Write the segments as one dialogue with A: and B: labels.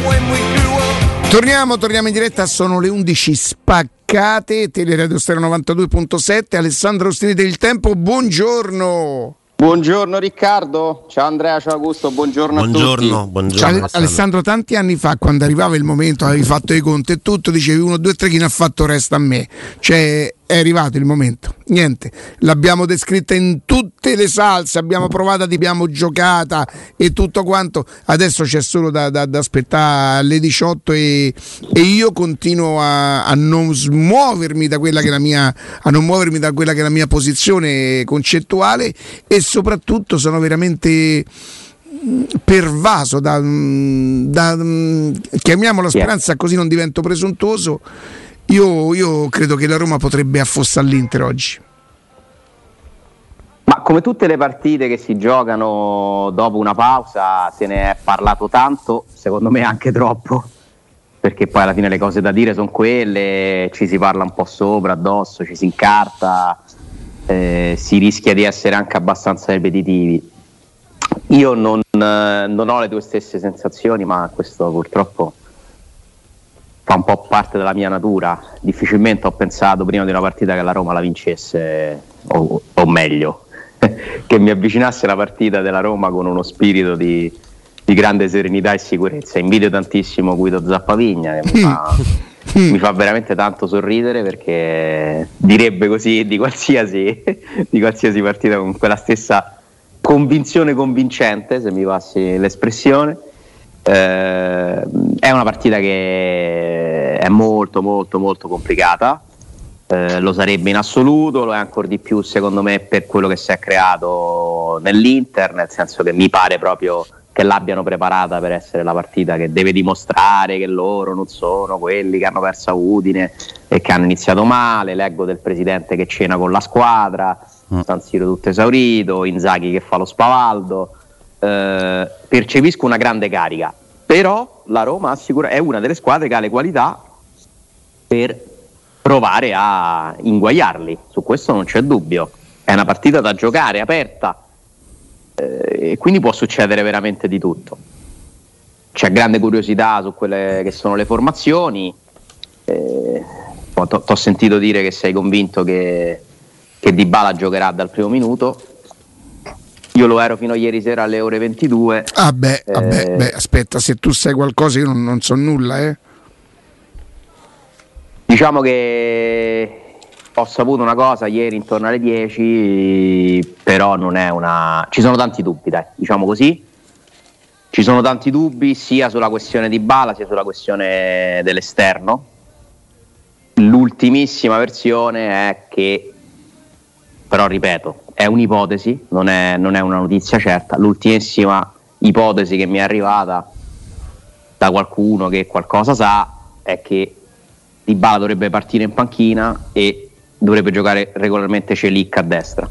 A: Torniamo in diretta, sono le 11 spaccate, Teleradio Stereo 92.7, Alessandro Ostini del Tempo, buongiorno.
B: Buongiorno Riccardo, ciao Andrea, ciao Augusto, buongiorno a tutti.
A: Buongiorno. Alessandro, tanti anni fa, quando arrivava il momento, avevi fatto i conti e tutto, dicevi 1, 2, 3, chi ne ha fatto resta a me. Cioè, è arrivato il momento, niente, l'abbiamo descritta in tutte le salse, abbiamo provato, abbiamo giocata e tutto quanto, adesso c'è solo da aspettare alle 18 e io continuo a non muovermi da quella che è la mia, a non muovermi da quella che è la mia posizione concettuale, e soprattutto sono veramente pervaso da chiamiamola speranza, così non divento presuntuoso. Io credo che la Roma potrebbe affossare l'Inter oggi.
B: Ma come tutte le partite che si giocano dopo una pausa, se ne è parlato tanto, secondo me anche troppo, perché poi alla fine le cose da dire sono quelle, ci si parla un po' sopra, addosso, ci si incarta, si rischia di essere anche abbastanza ripetitivi. Io non ho le tue stesse sensazioni, ma questo purtroppo fa un po' parte della mia natura. Difficilmente ho pensato prima di una partita che la Roma la vincesse, o meglio che mi avvicinasse la partita della Roma con uno spirito di grande serenità e sicurezza. Invidio tantissimo Guido Zappavigna, che mi fa veramente tanto sorridere, perché direbbe così di qualsiasi partita con quella stessa convinzione convincente, se mi passi l'espressione. È una partita che è molto molto molto complicata, lo sarebbe in assoluto, lo è ancora di più secondo me per quello che si è creato nell'Inter, nel senso che mi pare proprio che l'abbiano preparata per essere la partita che deve dimostrare che loro non sono quelli che hanno perso a Udine e che hanno iniziato male. Leggo del presidente che cena con la squadra, San Siro tutto esaurito, Inzaghi che fa lo spavaldo. Percepisco una grande carica, però la Roma è una delle squadre che ha le qualità per provare a inguagliarli, su questo non c'è dubbio. È una partita da giocare, aperta, e quindi può succedere veramente di tutto. C'è grande curiosità su quelle che sono le formazioni. T'ho sentito dire che sei convinto che Dybala giocherà dal primo minuto. Io lo ero fino a ieri sera alle ore 22.
A: Aspetta, se tu sai qualcosa io non so nulla.
B: Diciamo che ho saputo una cosa ieri intorno alle 10, però non è una... Ci sono tanti dubbi, dai, diciamo così. Ci sono tanti dubbi sia sulla questione di Dybala sia sulla questione dell'esterno. L'ultimissima versione è che, però ripeto, è un'ipotesi, non è una notizia certa. L'ultimissima ipotesi che mi è arrivata da qualcuno che qualcosa sa è che Dybala dovrebbe partire in panchina e dovrebbe giocare regolarmente Celik a destra.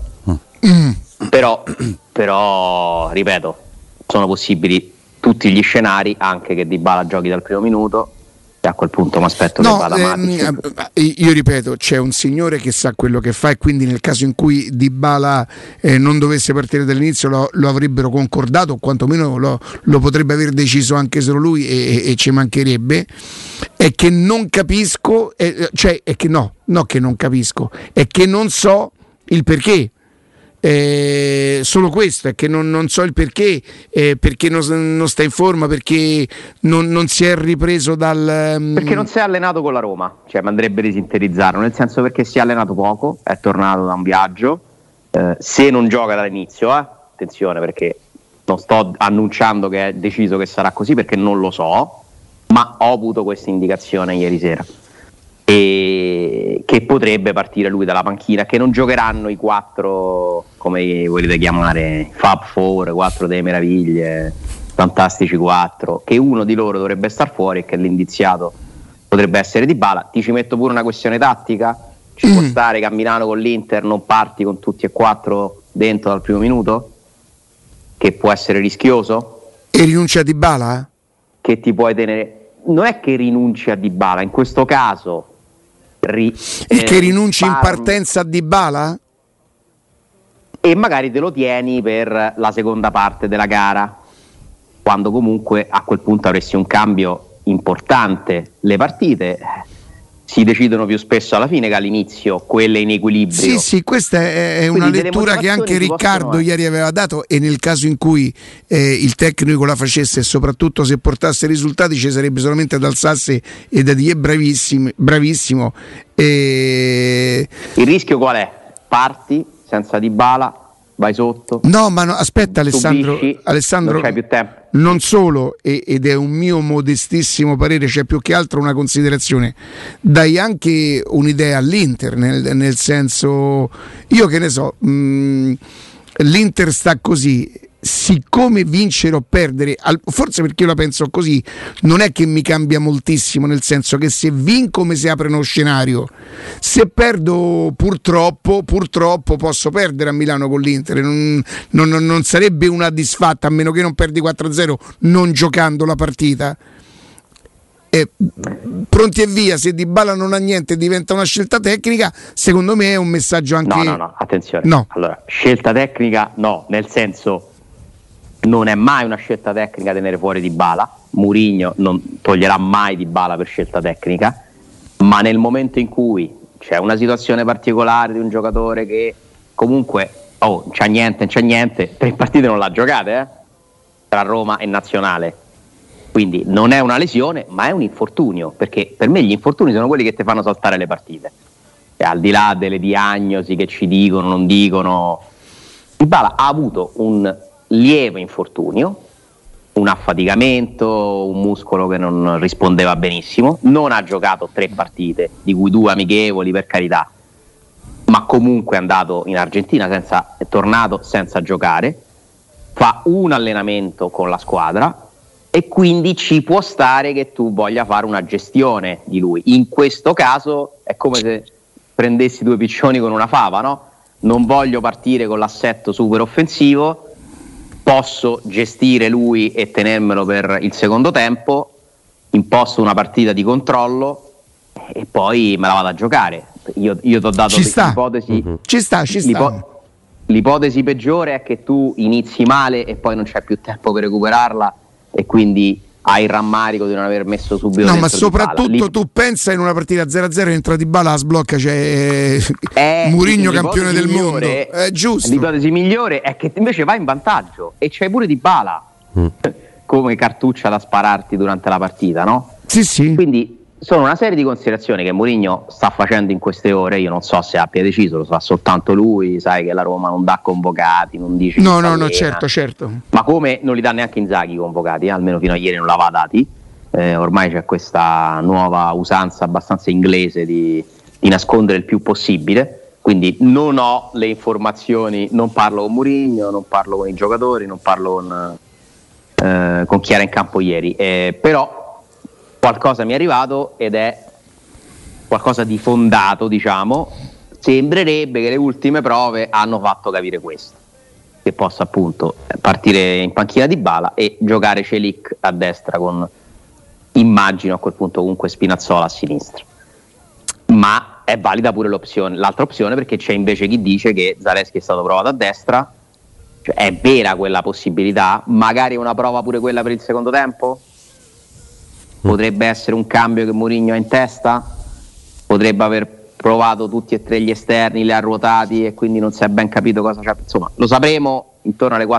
B: Però ripeto, sono possibili tutti gli scenari, anche che Dybala giochi dal primo minuto, e a quel punto mi aspetto che vada Matic.
A: Io ripeto, c'è un signore che sa quello che fa, e quindi nel caso in cui Dybala non dovesse partire dall'inizio lo avrebbero concordato, o quantomeno lo potrebbe aver deciso anche solo lui, e ci mancherebbe. È che non capisco, che non capisco, è che non so il perché. Solo questo, è che non so il perché, perché non sta in forma, perché non si è ripreso
B: perché non si è allenato con la Roma, cioè mi andrebbe di sintetizzarlo, nel senso perché si è allenato poco, è tornato da un viaggio, se non gioca dall'inizio, attenzione, perché non sto annunciando che è deciso che sarà così, perché non lo so, ma ho avuto questa indicazione ieri sera, e che potrebbe partire lui dalla panchina, che non giocheranno i 4, come volete chiamare, Fab 4, 4 delle meraviglie, fantastici 4, che uno di loro dovrebbe star fuori e che l'indiziato potrebbe essere Dybala. Ti ci metto pure una questione tattica: ci può stare che a Milano con l'Inter non parti con tutti e 4 dentro dal primo minuto, che può essere rischioso,
A: e rinuncia a Dybala?
B: Che ti puoi tenere, non è che rinunci a Dybala in questo caso,
A: che rinunci in partenza a Dybala
B: e magari te lo tieni per la seconda parte della gara. quando comunque a quel punto avresti un cambio importante. Le partite si decidono più spesso alla fine che all'inizio, quelle in equilibrio.
A: Sì, questa è una lettura che anche Riccardo ieri aveva dato, e nel caso in cui il tecnico la facesse e soprattutto se portasse risultati ci sarebbe solamente ad alzarsi e da dire bravissimo.
B: Il rischio qual è? Parti senza Dybala, vai sotto.
A: No, ma no, aspetta Alessandro,
B: non c'hai più tempo.
A: Non solo, ed è un mio modestissimo parere, c'è più che altro una considerazione, dai anche un'idea all'Inter, nel senso, io che ne so, l'Inter sta così, siccome vincere o perdere, forse perché io la penso così, non è che mi cambia moltissimo, nel senso che se vinco mi si apre uno scenario, se perdo purtroppo posso perdere a Milano con l'Inter, non sarebbe una disfatta, a meno che non perdi 4-0 non giocando la partita. Pronti e via, se Dybala non ha niente diventa una scelta tecnica, secondo me è un messaggio anche...
B: No, attenzione. Allora, scelta tecnica no, nel senso, non è mai una scelta tecnica tenere fuori Dybala. Mourinho non toglierà mai Dybala per scelta tecnica, ma nel momento in cui c'è una situazione particolare di un giocatore che comunque c'ha niente, 3 partite non l'ha giocate tra Roma e Nazionale, quindi non è una lesione ma è un infortunio, perché per me gli infortuni sono quelli che ti fanno saltare le partite, e al di là delle diagnosi che ci dicono, non dicono, Dybala ha avuto un lieve infortunio, un affaticamento, un muscolo che non rispondeva benissimo, non ha giocato 3 partite, di cui 2 amichevoli, per carità, ma comunque è andato in Argentina, è tornato senza giocare, fa un allenamento con la squadra e quindi ci può stare che tu voglia fare una gestione di lui. In questo caso è come se prendessi 2 piccioni con una fava, no? Non voglio partire con l'assetto super offensivo, posso gestire lui e tenermelo per il secondo tempo, imposto una partita di controllo e poi me la vado a giocare. Io ti ho dato l'ipotesi.
A: Ci sta.
B: L'ipotesi peggiore è che tu inizi male e poi non c'è più tempo per recuperarla e quindi hai il rammarico di non aver messo subito.
A: No, ma soprattutto tu pensa in una partita 0-0 entra Dybala, sblocca, Mourinho campione del mondo. È giusto.
B: L'ipotesi migliore è che invece vai in vantaggio e c'hai pure Dybala come cartuccia da spararti durante la partita, no?
A: Sì.
B: Quindi sono una serie di considerazioni che Mourinho sta facendo in queste ore. Io non so se abbia deciso, lo sa soltanto lui. Sai che la Roma non dà convocati, non dice
A: no, certo.
B: Ma come non li dà neanche Inzaghi convocati, almeno fino a ieri non l'aveva dati. Ormai c'è questa nuova usanza abbastanza inglese di nascondere il più possibile, quindi non ho le informazioni, non parlo con Mourinho, non parlo con i giocatori, non parlo con chi era in campo ieri, però qualcosa mi è arrivato ed è qualcosa di fondato, diciamo. Sembrerebbe che le ultime prove hanno fatto capire questo, che possa appunto partire in panchina Dybala e giocare Celik a destra con, immagino a quel punto comunque, Spinazzola a sinistra. Ma è valida pure l'altra opzione, perché c'è invece chi dice che Zalewski è stato provato a destra, cioè è vera quella possibilità, magari una prova pure quella per il secondo tempo? Potrebbe essere un cambio che Mourinho ha in testa? Potrebbe aver provato tutti e 3 gli esterni, li ha ruotati e quindi non si è ben capito cosa c'è. Insomma, lo sapremo intorno alle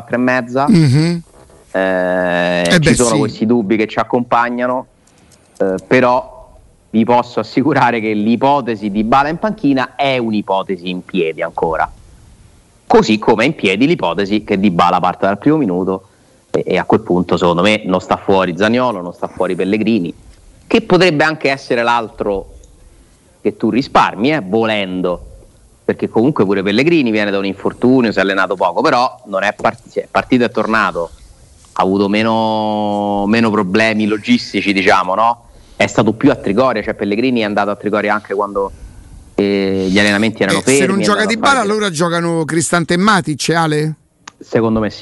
B: 4:30. Ci sono questi dubbi che ci accompagnano, però vi posso assicurare che l'ipotesi di Dybala in panchina è un'ipotesi in piedi ancora, così come è in piedi l'ipotesi che Dybala parte dal primo minuto. E a quel punto secondo me non sta fuori Zaniolo, non sta fuori Pellegrini, che potrebbe anche essere l'altro che tu risparmi, volendo, perché comunque pure Pellegrini viene da un infortunio, si è allenato poco, però non è partito, è tornato, ha avuto meno problemi logistici, diciamo, no? È stato più a Trigoria, cioè Pellegrini è andato a Trigoria anche quando gli allenamenti erano fermi.
A: Se non gioca Dybala allora giocano Cristante e Matic, Ale?
B: Secondo me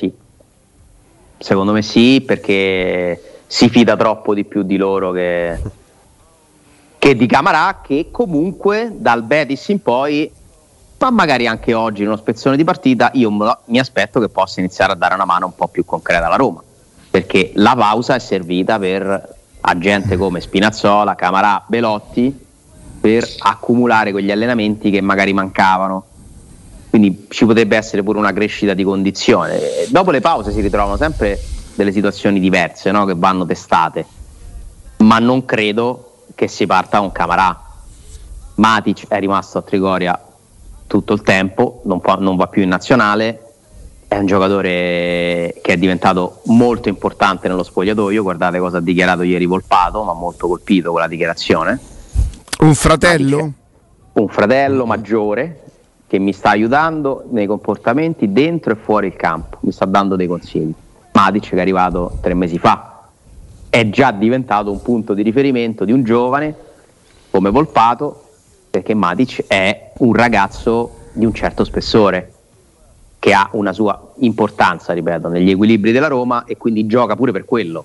B: sì, perché si fida troppo di più di loro che di Camarà, che comunque dal Betis in poi, ma magari anche oggi in uno spezzone di partita, io mi aspetto che possa iniziare a dare una mano un po' più concreta alla Roma. perché la pausa è servita per a gente come Spinazzola, Camarà, Belotti, per accumulare quegli allenamenti che magari mancavano, quindi ci potrebbe essere pure una crescita di condizione. Dopo le pause si ritrovano sempre delle situazioni diverse, no? Che vanno testate, ma non credo che si parta con Camarà. Matic è rimasto a Trigoria tutto il tempo, non va più in nazionale, è un giocatore che è diventato molto importante nello spogliatoio. Guardate cosa ha dichiarato ieri Volpato, ma molto colpito con la dichiarazione.
A: Un fratello?
B: Un fratello maggiore che mi sta aiutando nei comportamenti dentro e fuori il campo, mi sta dando dei consigli. Matic, che è arrivato 3 mesi fa, è già diventato un punto di riferimento di un giovane come Volpato, perché Matic è un ragazzo di un certo spessore, che ha una sua importanza, ripeto, negli equilibri della Roma, e quindi gioca pure per quello,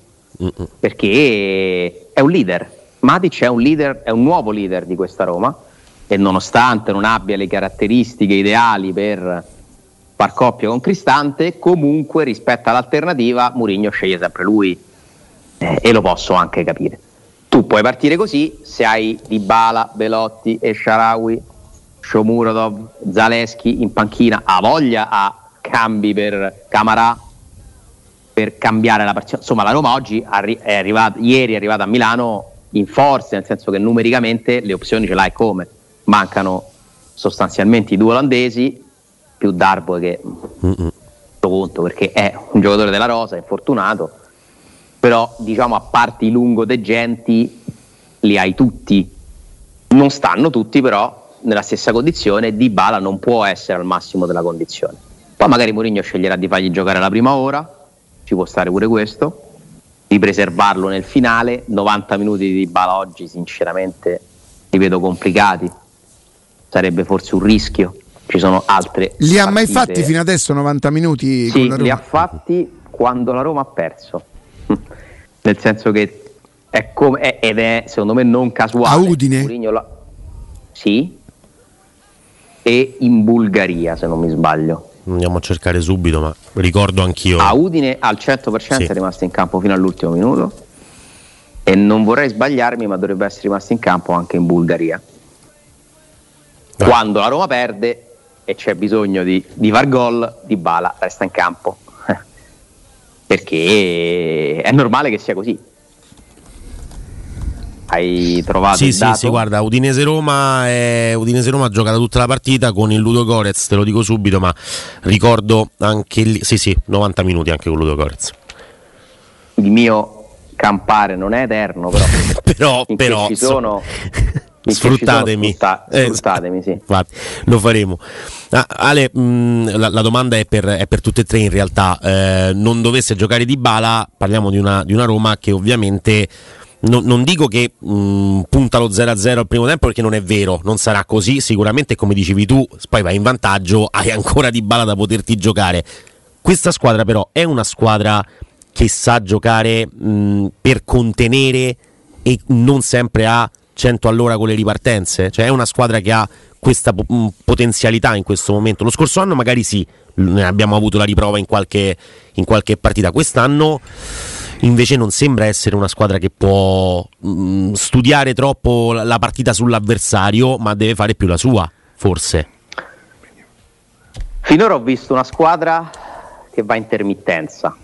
B: perché è un leader. Matic è un leader, è un nuovo leader di questa Roma, e nonostante non abbia le caratteristiche ideali per far coppia con Cristante, comunque rispetto all'alternativa Mourinho sceglie sempre lui, e lo posso anche capire. Tu puoi partire così se hai Dybala, Belotti, El Shaarawy, Shomurodov, Zalewski in panchina, ha voglia a cambi per Camarà, per cambiare la partita. Insomma, la Roma oggi ieri è arrivata a Milano in forza, nel senso che numericamente le opzioni ce l'hai come. Mancano sostanzialmente i 2 olandesi più Darboe, che conto perché è un giocatore della rosa, è infortunato, però diciamo a parte i lungodegenti li hai tutti, non stanno tutti però nella stessa condizione. Dybala non può essere al massimo della condizione, poi magari Mourinho sceglierà di fargli giocare la prima ora, ci può stare pure questo, di preservarlo nel finale. 90 minuti di Dybala oggi sinceramente li vedo complicati, sarebbe forse un rischio. Ci sono altre
A: li ha
B: partite.
A: mai fatti fino adesso 90 minuti?
B: Sì,
A: con la Roma?
B: li ha fatti quando la Roma ha perso, nel senso che è come ed è secondo me non casuale.
A: A Udine?
B: Sì, e in Bulgaria se non mi sbaglio.
C: Andiamo a cercare subito, ma ricordo anch'io.
B: A Udine al 100% sì. È rimasto in campo fino all'ultimo minuto, e non vorrei sbagliarmi, ma dovrebbe essere rimasto in campo anche in Bulgaria. Quando la Roma perde e c'è bisogno di far gol, Dybala resta in campo perché è normale che sia così. Hai trovato il dato?
C: Sì, guarda, Udinese-Roma ha giocato tutta la partita con il Ludogorets, te lo dico subito, ma ricordo anche lì, sì, 90 minuti anche con Ludogorets.
B: Il mio campare non è eterno, però ci sono
C: sfruttatemi,
B: sì.
C: Infatti, lo faremo. Ale, la domanda è per tutte e tre in realtà. Non dovesse giocare Dybala, parliamo di una Roma che ovviamente non dico che punta lo 0-0 al primo tempo, perché non è vero, non sarà così sicuramente, come dicevi tu, poi vai in vantaggio, hai ancora Dybala da poterti giocare. Questa squadra però è una squadra che sa giocare per contenere e non sempre ha 100 all'ora con le ripartenze, cioè è una squadra che ha questa potenzialità in questo momento. Lo scorso anno magari sì, ne abbiamo avuto la riprova in qualche partita. Quest'anno invece non sembra essere una squadra che può studiare troppo la partita sull'avversario, ma deve fare più la sua, forse.
B: Finora ho visto una squadra che va a intermittenza,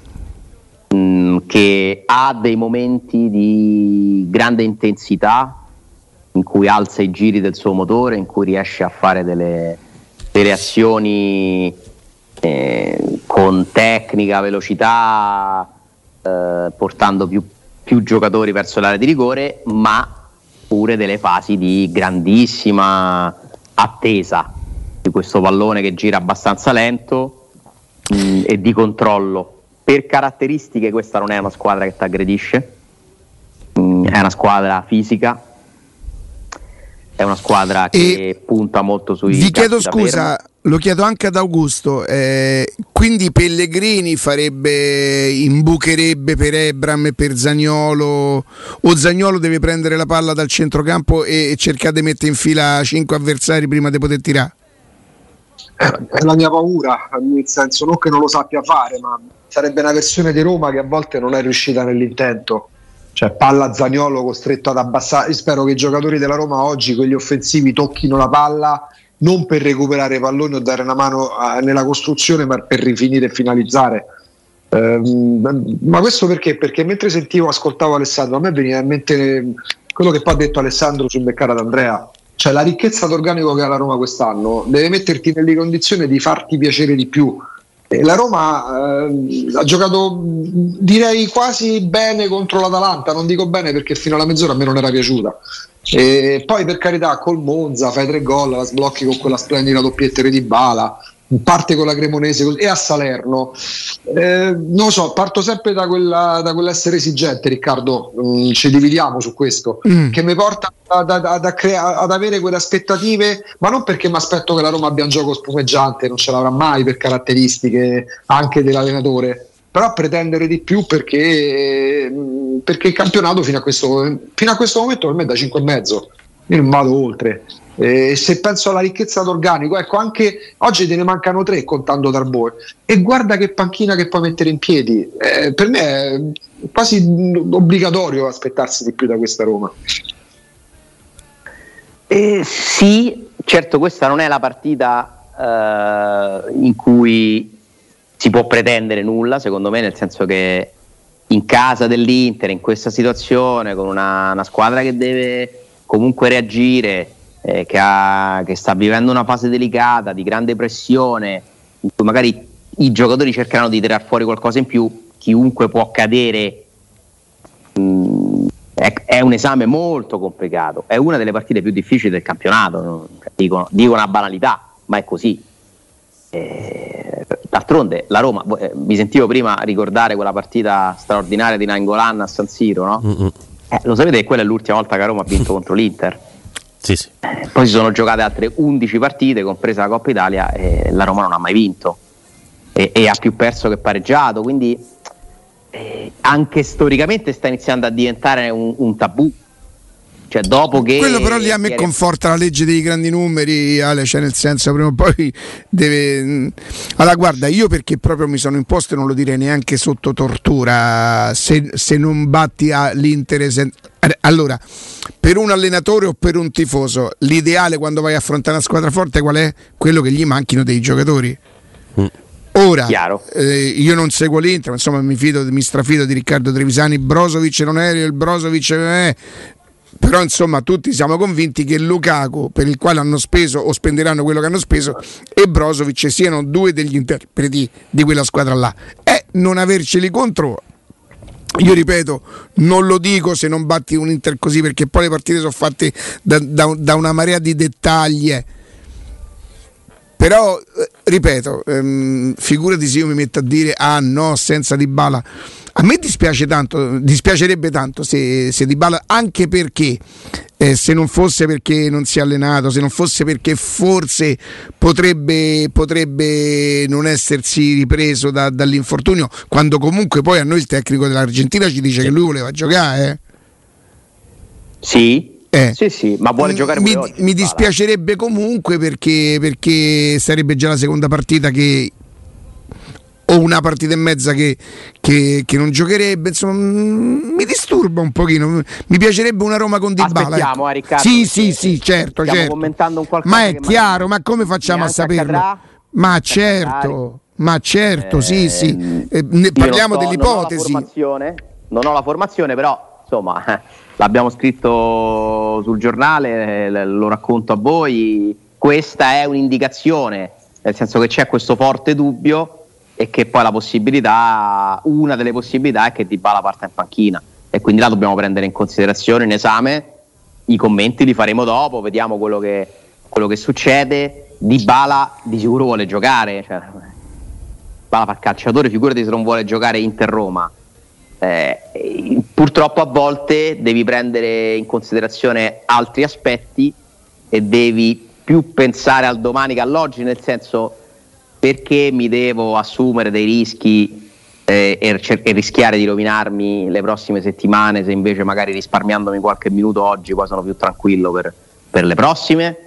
B: che ha dei momenti di grande intensità, in cui alza i giri del suo motore, in cui riesce a fare delle azioni con tecnica, velocità, portando più giocatori verso l'area di rigore, ma pure delle fasi di grandissima attesa di questo pallone che gira abbastanza lento e di controllo. Per caratteristiche questa non è una squadra che ti aggredisce, è una squadra fisica, è una squadra che punta molto sui
A: vi chiedo scusa, lo chiedo anche ad Augusto, quindi Pellegrini imbucherebbe per Ebram e per Zaniolo, o Zaniolo deve prendere la palla dal centrocampo e cercare di mettere in fila 5 avversari prima di poter tirare?
D: È la mia paura, nel senso, non che non lo sappia fare, ma sarebbe una versione di Roma che a volte non è riuscita nell'intento, cioè palla Zaniolo costretto ad abbassare. Io spero che i giocatori della Roma oggi, quelli offensivi, tocchino la palla non per recuperare palloni o dare una mano nella costruzione, ma per rifinire e finalizzare. Ma questo perché? Perché mentre ascoltavo Alessandro, a me veniva in mente quello che poi ha detto Alessandro sul mercato d'Andrea, cioè la ricchezza d'organico che ha la Roma quest'anno deve metterti nelle condizioni di farti piacere di più. E la Roma ha giocato, direi, quasi bene contro l'Atalanta, non dico bene perché fino alla mezz'ora a me non era piaciuta, e poi per carità col Monza fai 3 gol, la sblocchi con quella splendida doppietta di Dybala, parte con la Cremonese e a Salerno. Non lo so, parto sempre da quell'essere esigente, Riccardo, ci dividiamo su questo, che mi porta ad avere quelle aspettative, ma non perché mi aspetto che la Roma abbia un gioco spumeggiante, non ce l'avrà mai per caratteristiche anche dell'allenatore, però pretendere di più perché il campionato fino a questo momento per me è da 5,5, io non vado oltre. Se penso alla ricchezza d'organico, ecco, anche oggi te ne mancano 3 contando Darboe, e guarda che panchina che puoi mettere in piedi. Per me è quasi obbligatorio aspettarsi di più da questa Roma.
B: Sì, certo, questa non è la partita in cui si può pretendere nulla, secondo me, nel senso che in casa dell'Inter, in questa situazione, con una squadra che deve comunque reagire, che sta vivendo una fase delicata, di grande pressione, in cui magari i giocatori cercheranno di tirar fuori qualcosa in più, chiunque può cadere. È un esame molto complicato, è una delle partite più difficili del campionato, no? Dico una banalità, ma è così. D'altronde la Roma, mi sentivo prima ricordare quella partita straordinaria di Nainggolan a San Siro, no? Lo sapete che quella è l'ultima volta che Roma ha vinto contro l'Inter?
C: Sì, sì.
B: Poi si sono giocate altre 11 partite, compresa la Coppa Italia, e la Roma non ha mai vinto e ha più perso che pareggiato, quindi anche storicamente sta iniziando a diventare un tabù. Cioè, dopo che
A: quello però lì a me conforta la legge dei grandi numeri, Ale, cioè nel senso prima o poi deve. Allora guarda, io perché proprio mi sono imposto e non lo direi neanche sotto tortura, se non batti all'Inter. Allora, per un allenatore o per un tifoso, l'ideale quando vai a affrontare una squadra forte qual è? Quello che gli manchino dei giocatori. Ora, io non seguo l'Inter, ma insomma mi strafido di Riccardo Trevisani. Brozovic non è il Brozovic però insomma tutti siamo convinti che Lukaku, per il quale hanno speso o spenderanno quello che hanno speso, e Brozovic siano 2 degli interpreti di quella squadra là, e non averceli contro, io ripeto, non lo dico se non batti un Inter così, perché poi le partite sono fatte da una marea di dettagli, però ripeto, figurati se io mi metto a dire no, senza Dybala. A me dispiacerebbe tanto se Dybala, anche perché se non fosse perché non si è allenato, se non fosse perché forse potrebbe non essersi ripreso dall'infortunio, quando comunque poi a noi il tecnico dell'Argentina ci dice che lui voleva giocare.
B: Sì, ma vuole giocare pure oggi.
A: Mi dispiacerebbe comunque perché sarebbe già la seconda partita o una partita e mezza che non giocherebbe, insomma mi disturba un pochino. Mi piacerebbe una Roma con Dybala.
B: Aspettiamo, Riccardo.
A: Sì, certo.
B: Commentando un qualcosa,
A: ma è chiaro, ma come facciamo a saperlo? Ma certo, sì. Parliamo dell'ipotesi.
B: Non ho la formazione, però insomma l'abbiamo scritto sul giornale, lo racconto a voi. Questa è un'indicazione, nel senso che c'è questo forte dubbio, e che poi una delle possibilità è che Dybala parta in panchina, e quindi là dobbiamo prendere in considerazione, in esame. I commenti li faremo dopo, vediamo quello che succede. Dybala di sicuro vuole giocare, cioè, Dybala fa calciatore, figurati se non vuole giocare Inter-Roma. Purtroppo a volte devi prendere in considerazione altri aspetti e devi più pensare al domani che all'oggi, nel senso, perché mi devo assumere dei rischi e rischiare di rovinarmi le prossime settimane, se invece magari risparmiandomi qualche minuto oggi poi sono più tranquillo per le prossime.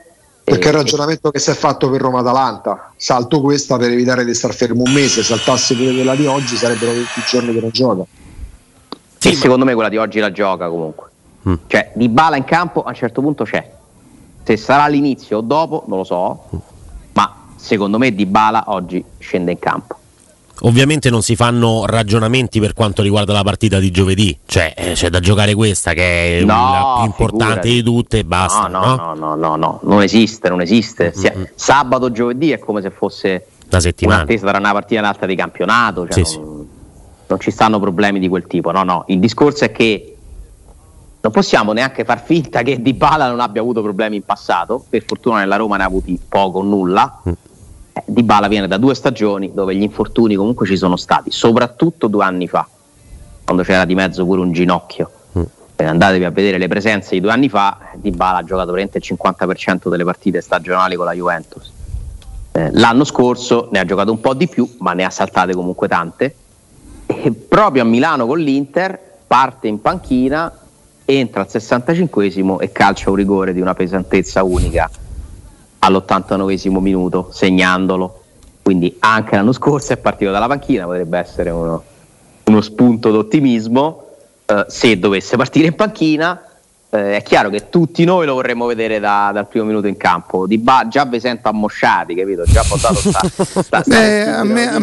D: Perché è il ragionamento che si è fatto per Roma-Atalanta. Salto questa per evitare di star fermo un mese, saltasse pure quella di oggi sarebbero 20 giorni che non gioca.
B: Sì, secondo me quella di oggi la gioca comunque. Cioè Dybala in campo a un certo punto c'è. Se sarà all'inizio o dopo non lo so, ma secondo me Dybala oggi scende in campo.
C: Ovviamente non si fanno ragionamenti per quanto riguarda la partita di giovedì, cioè c'è da giocare questa che è la più importante di tutte e basta.
B: No, non esiste. Sabato, giovedì è come se fosse
C: una settimana,
B: un'attesa tra una partita e l'altra di campionato, cioè non ci stanno problemi di quel tipo. No, il discorso è che non possiamo neanche far finta che Dybala non abbia avuto problemi in passato. Per fortuna nella Roma ne ha avuti poco o nulla. Dybala viene da 2 stagioni dove gli infortuni comunque ci sono stati, soprattutto 2 anni fa, quando c'era di mezzo pure un ginocchio. Andatevi a vedere le presenze di 2 anni fa. Dybala ha giocato veramente il 50% delle partite stagionali con la Juventus. L'anno scorso ne ha giocato un po' di più, ma ne ha saltate comunque tante. E proprio a Milano con l'Inter parte in panchina, entra al 65esimo e calcia un rigore di una pesantezza unica all'89esimo minuto, segnandolo. Quindi anche l'anno scorso è partito dalla panchina, potrebbe essere uno spunto d'ottimismo. Se dovesse partire in panchina, è chiaro che tutti noi lo vorremmo vedere dal primo minuto in campo. Già vi sento ammosciati, capito? Già portato
A: a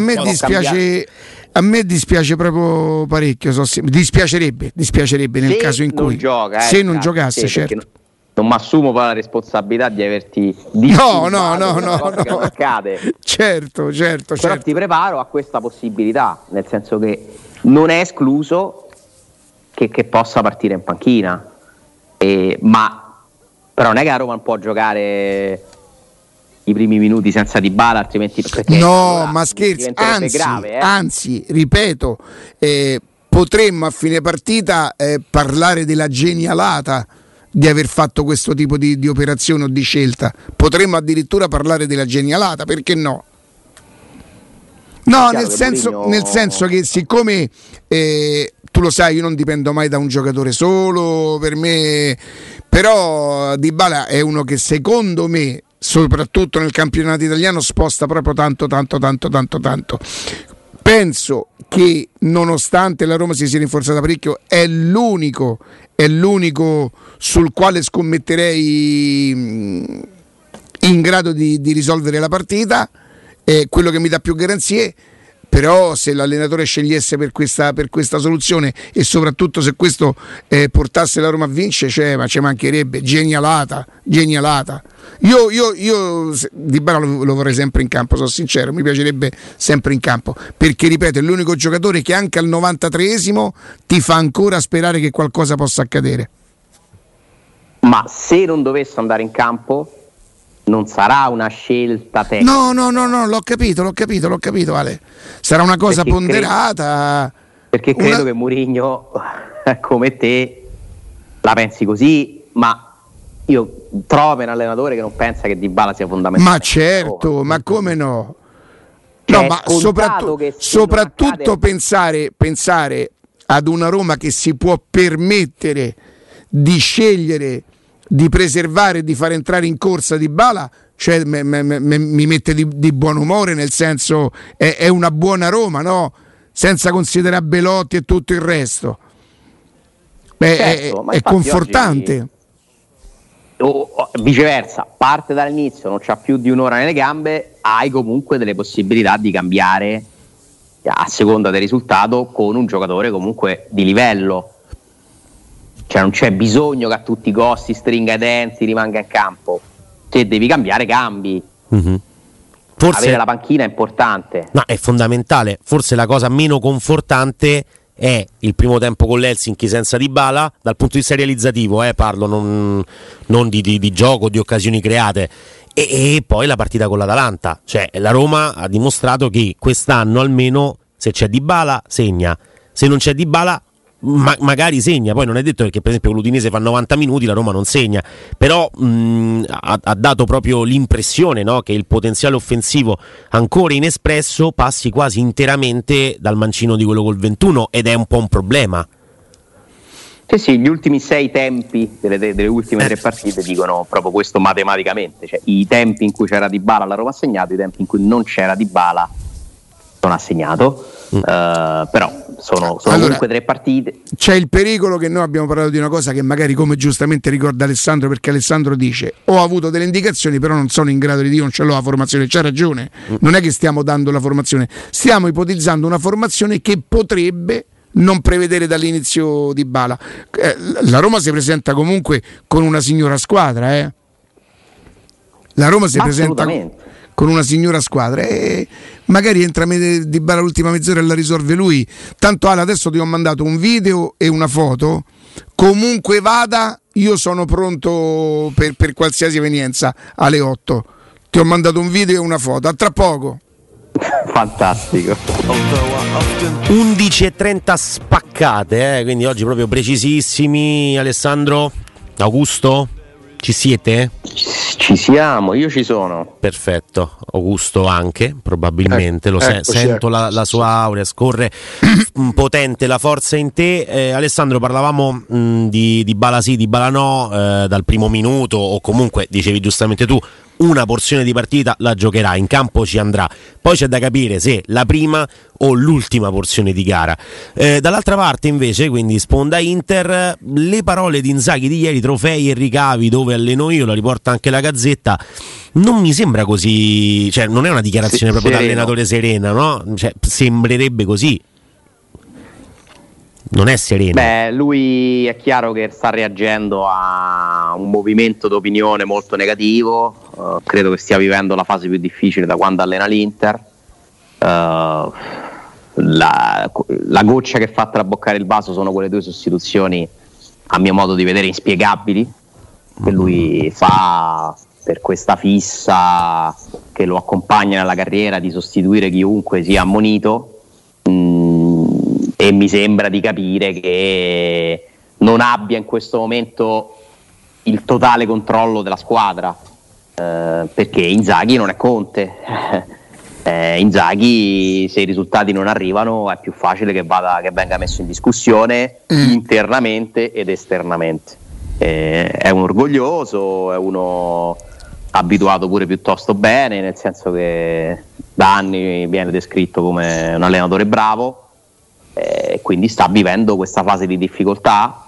A: me dispiace proprio parecchio, dispiacerebbe nel caso in cui se non giocasse, certo.
B: Non mi assumo poi la responsabilità di averti
A: no.
B: Che non accade.
A: Certo.
B: Però ti preparo a questa possibilità, nel senso che non è escluso che possa partire in panchina, ma però non è che a Roma non può giocare i primi minuti senza Dybala, altrimenti
A: ma scherzi, anzi, ripeto, potremmo a fine partita parlare della genialata di aver fatto questo tipo di operazione o di scelta. Potremmo addirittura parlare della genialata, perché no? No, nel senso che siccome tu lo sai, io non dipendo mai da un giocatore solo, per me, però Dybala è uno che secondo me, soprattutto nel campionato italiano, sposta proprio tanto. Penso che nonostante la Roma si sia rinforzata parecchio, è l'unico sul quale scommetterei in grado di risolvere la partita, è quello che mi dà più garanzie. Però se l'allenatore scegliesse per questa soluzione, e soprattutto se questo portasse la Roma a vincere, ma ci mancherebbe. Genialata. Io Dybala lo vorrei sempre in campo, sono sincero, mi piacerebbe sempre in campo, perché ripeto, è l'unico giocatore che anche al 93esimo ti fa ancora sperare che qualcosa possa accadere.
B: Ma se non dovesse andare in campo, non sarà una scelta tecnica.
A: No, l'ho capito, Ale. Sarà una cosa ponderata.
B: Perché credo che Mourinho, come te, la pensi così, ma io trovo un allenatore che non pensa che Dybala sia fondamentale.
A: Ma certo, ma come no? No, ma soprattutto pensare ad una Roma che si può permettere di scegliere di preservare e di far entrare in corsa Dybala, cioè mi mette di buon umore, nel senso è una buona Roma, no? Senza considerare Belotti e tutto il resto. Certo, è confortante.
B: Viceversa, parte dall'inizio, non c'ha più di un'ora nelle gambe, hai comunque delle possibilità di cambiare a seconda del risultato con un giocatore comunque di livello. Cioè non c'è bisogno che a tutti i costi stringa i denti, rimanga in campo. Se devi cambiare, cambi. Forse avere la panchina è importante.
C: No, è fondamentale. Forse la cosa meno confortante è il primo tempo con l'Helsinki senza Dybala, dal punto di vista realizzativo, parlo non di gioco, di occasioni create. E poi la partita con l'Atalanta. Cioè la Roma ha dimostrato che quest'anno almeno, se c'è Dybala segna, se non c'è Dybala magari segna. Poi non è detto, perché per esempio con l'Udinese fa 90 minuti, la Roma non segna, però ha dato proprio l'impressione, no, che il potenziale offensivo ancora inespresso passi quasi interamente dal mancino di quello col 21, ed è un po' un problema.
B: Sì, gli ultimi 6 tempi delle ultime 3 partite dicono proprio questo matematicamente, cioè i tempi in cui c'era Dybala la Roma ha segnato, i tempi in cui non c'era Dybala non ha segnato, però sono allora, comunque 3 partite.
A: C'è il pericolo che noi abbiamo parlato di una cosa che magari, come giustamente ricorda Alessandro, perché Alessandro dice ho avuto delle indicazioni però non sono in grado di dire, non ce l'ho la formazione. C'ha ragione, non è che stiamo dando la formazione, stiamo ipotizzando una formazione che potrebbe non prevedere dall'inizio Dybala. La Roma si presenta comunque con una signora squadra, la Roma si presenta con una signora squadra e magari entra Dybala l'ultima mezz'ora e la risolve lui. Tanto Ale, adesso ti ho mandato un video e una foto, comunque vada io sono pronto per qualsiasi evenienza alle 8. Ti ho mandato un video e una foto, a tra poco.
B: Fantastico.
C: 11:30 spaccate, quindi oggi proprio precisissimi. Alessandro, Augusto, ci siete?
B: Ci siamo, io ci sono.
C: Perfetto, Augusto anche, probabilmente, sento la sua aurea, scorre potente la forza in te. Alessandro, parlavamo di Dybala sì, Dybala no, dal primo minuto, o comunque, dicevi giustamente tu, una porzione di partita la giocherà, in campo ci andrà, poi c'è da capire se la prima o l'ultima porzione di gara. Dall'altra parte invece, quindi sponda Inter, le parole di Inzaghi di ieri, trofei e ricavi dove alleno io, la riporta anche la Gazzetta, non mi sembra così, cioè non è una dichiarazione proprio da allenatore serena, no? Cioè, sembrerebbe così. Non è sereno.
B: Beh, lui è chiaro che sta reagendo a un movimento d'opinione molto negativo, credo che stia vivendo la fase più difficile da quando allena l'Inter. La goccia che fa traboccare il vaso sono quelle 2 sostituzioni, a mio modo di vedere, inspiegabili, che lui fa per questa fissa che lo accompagna nella carriera di sostituire chiunque sia ammonito. E mi sembra di capire che non abbia in questo momento il totale controllo della squadra, perché Inzaghi non è Conte. Inzaghi, se i risultati non arrivano, è più facile che venga messo in discussione internamente ed esternamente. È un orgoglioso, è uno abituato pure piuttosto bene, nel senso che da anni viene descritto come un allenatore bravo. Quindi sta vivendo questa fase di difficoltà.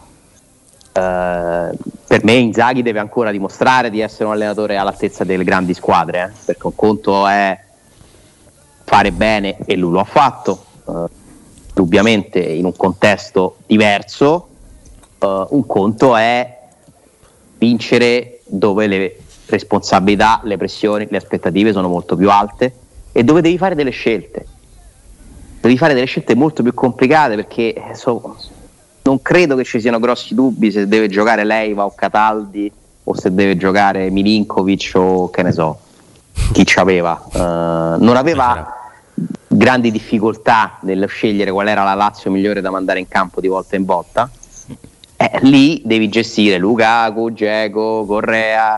B: Per me Inzaghi deve ancora dimostrare di essere un allenatore all'altezza delle grandi squadre, perché un conto è fare bene, e lui lo ha fatto, ovviamente in un contesto diverso. Un conto è vincere dove le responsabilità, le pressioni, le aspettative sono molto più alte e dove devi fare delle scelte. Devi fare delle scelte molto più complicate, perché non credo che ci siano grossi dubbi se deve giocare Leiva o Cataldi o se deve giocare Milinkovic o che ne so chi c'aveva. Non aveva grandi difficoltà nello scegliere qual era la Lazio migliore da mandare in campo di volta in volta. Lì devi gestire Lukaku, Dzeko, Correa,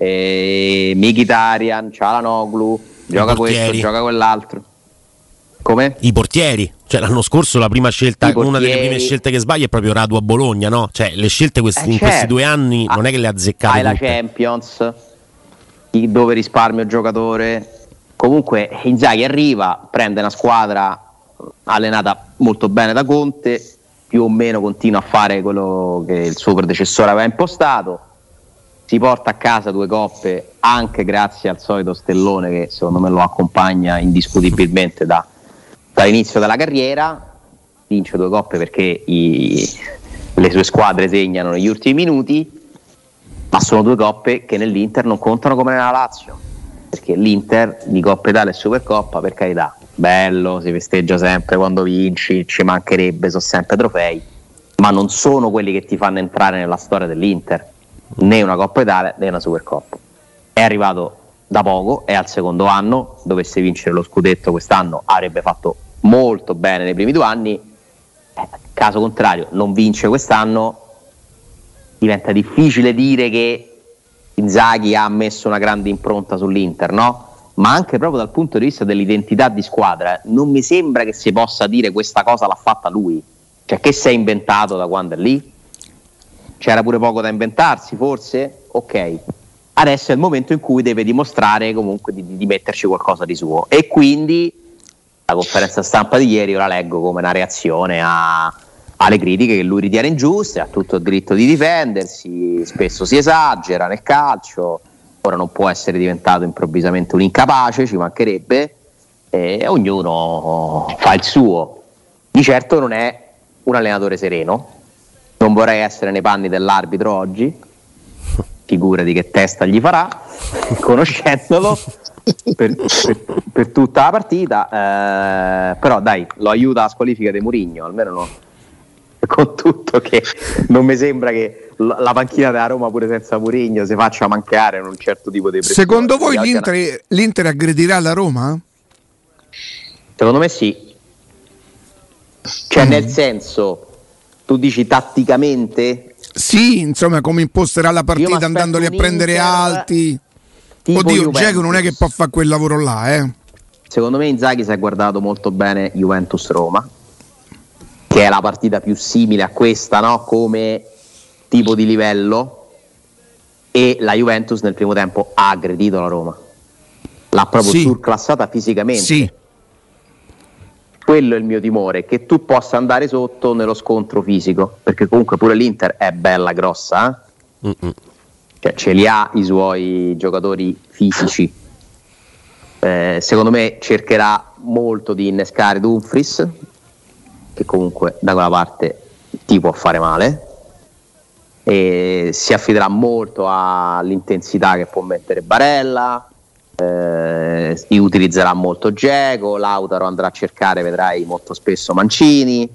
B: Mkhitaryan, Çalhanoğlu, gioca questo, gioca quell'altro. Come?
C: I portieri, cioè l'anno scorso la prima scelta, una delle prime scelte che sbaglia è proprio Radu a Bologna, no? Cioè le scelte in questi 2 anni non è che le ha azzeccate.
B: Hai la Champions, dove risparmio giocatore. Comunque Inzaghi arriva, prende una squadra allenata molto bene da Conte, più o meno continua a fare quello che il suo predecessore aveva impostato, si porta a casa 2 coppe anche grazie al solito stellone che secondo me lo accompagna indiscutibilmente dall'inizio della carriera. Vince 2 coppe perché le sue squadre segnano negli ultimi minuti, ma sono 2 coppe che nell'Inter non contano come nella Lazio, perché l'Inter di Coppa Italia e Supercoppa, per carità, bello, si festeggia sempre quando vinci, ci mancherebbe, sono sempre trofei, ma non sono quelli che ti fanno entrare nella storia dell'Inter, né una Coppa Italia né una Supercoppa. È arrivato da poco, è al secondo anno, dovesse vincere lo scudetto quest'anno avrebbe fatto molto bene nei primi 2 anni. Caso contrario, non vince quest'anno, diventa difficile dire che Inzaghi ha messo una grande impronta sull'Inter, no? Ma anche proprio dal punto di vista dell'identità di squadra non mi sembra che si possa dire questa cosa l'ha fatta lui, cioè che si è inventato da quando è lì. c'era pure poco da inventarsi, forse, ok. Adesso è il momento in cui deve dimostrare comunque di metterci qualcosa di suo, e quindi la conferenza stampa di ieri io la leggo come una reazione alle critiche che lui ritiene ingiuste, ha tutto il diritto di difendersi, spesso si esagera nel calcio, ora non può essere diventato improvvisamente un incapace, ci mancherebbe, e ognuno fa il suo. Di certo non è un allenatore sereno, non vorrei essere nei panni dell'arbitro oggi, figurati che testa gli farà conoscendolo per tutta la partita, però dai, lo aiuta la squalifica di Mourinho, almeno no. Con tutto che non mi sembra che la panchina della Roma pure senza Mourinho si faccia mancare in un certo tipo di pressione.
A: Secondo voi l'Inter aggredirà la Roma?
B: Secondo me sì, cioè nel senso, tu dici tatticamente?
A: Sì, insomma, come imposterà la partita andandoli a prendere alti. Oddio, Dzeko non è che può fare quel lavoro là,
B: Secondo me Inzaghi si è guardato molto bene Juventus-Roma, che è la partita più simile a questa, no? Come tipo di livello, e la Juventus nel primo tempo ha aggredito la Roma, l'ha proprio surclassata fisicamente.
A: Sì.
B: Quello è il mio timore, che tu possa andare sotto nello scontro fisico, perché comunque pure l'Inter è bella grossa, cioè ce li ha i suoi giocatori fisici. Secondo me cercherà molto di innescare Dumfries, che comunque da quella parte ti può fare male, e si affiderà molto all'intensità che può mettere Barella, utilizzerà molto Dzeko, Lautaro andrà a cercare, vedrai, molto spesso Mancini,